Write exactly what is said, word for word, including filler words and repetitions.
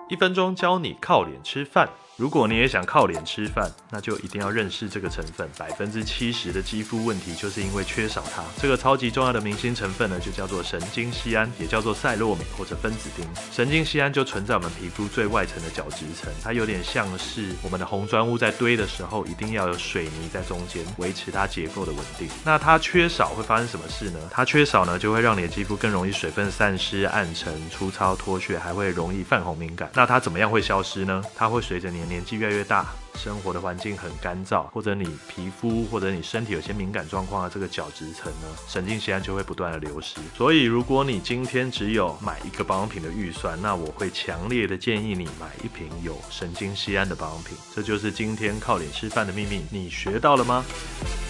一分钟教你靠脸吃饭。如果你也想靠脸吃饭，那就一定要认识这个成分。百分之七十的肌肤问题就是因为缺少它。这个超级重要的明星成分呢，就叫做神经酰胺，也叫做赛洛美或者分子丁。神经酰胺就存在我们皮肤最外层的角质层，它有点像是我们的红砖屋在堆的时候，一定要有水泥在中间维持它结构的稳定。那它缺少会发生什么事呢？它缺少呢，就会让你的肌肤更容易水分散失、暗沉、粗糙、脱屑，还会容易泛红敏感。那它怎么样会消失呢？它会随着你年纪越来越大，生活的环境很干燥，或者你皮肤或者你身体有些敏感状况的这个角质层呢，神经酰胺就会不断的流失。所以如果你今天只有买一个保养品的预算，那我会强烈的建议你买一瓶有神经酰胺的保养品。这就是今天靠脸吃饭的秘密，你学到了吗？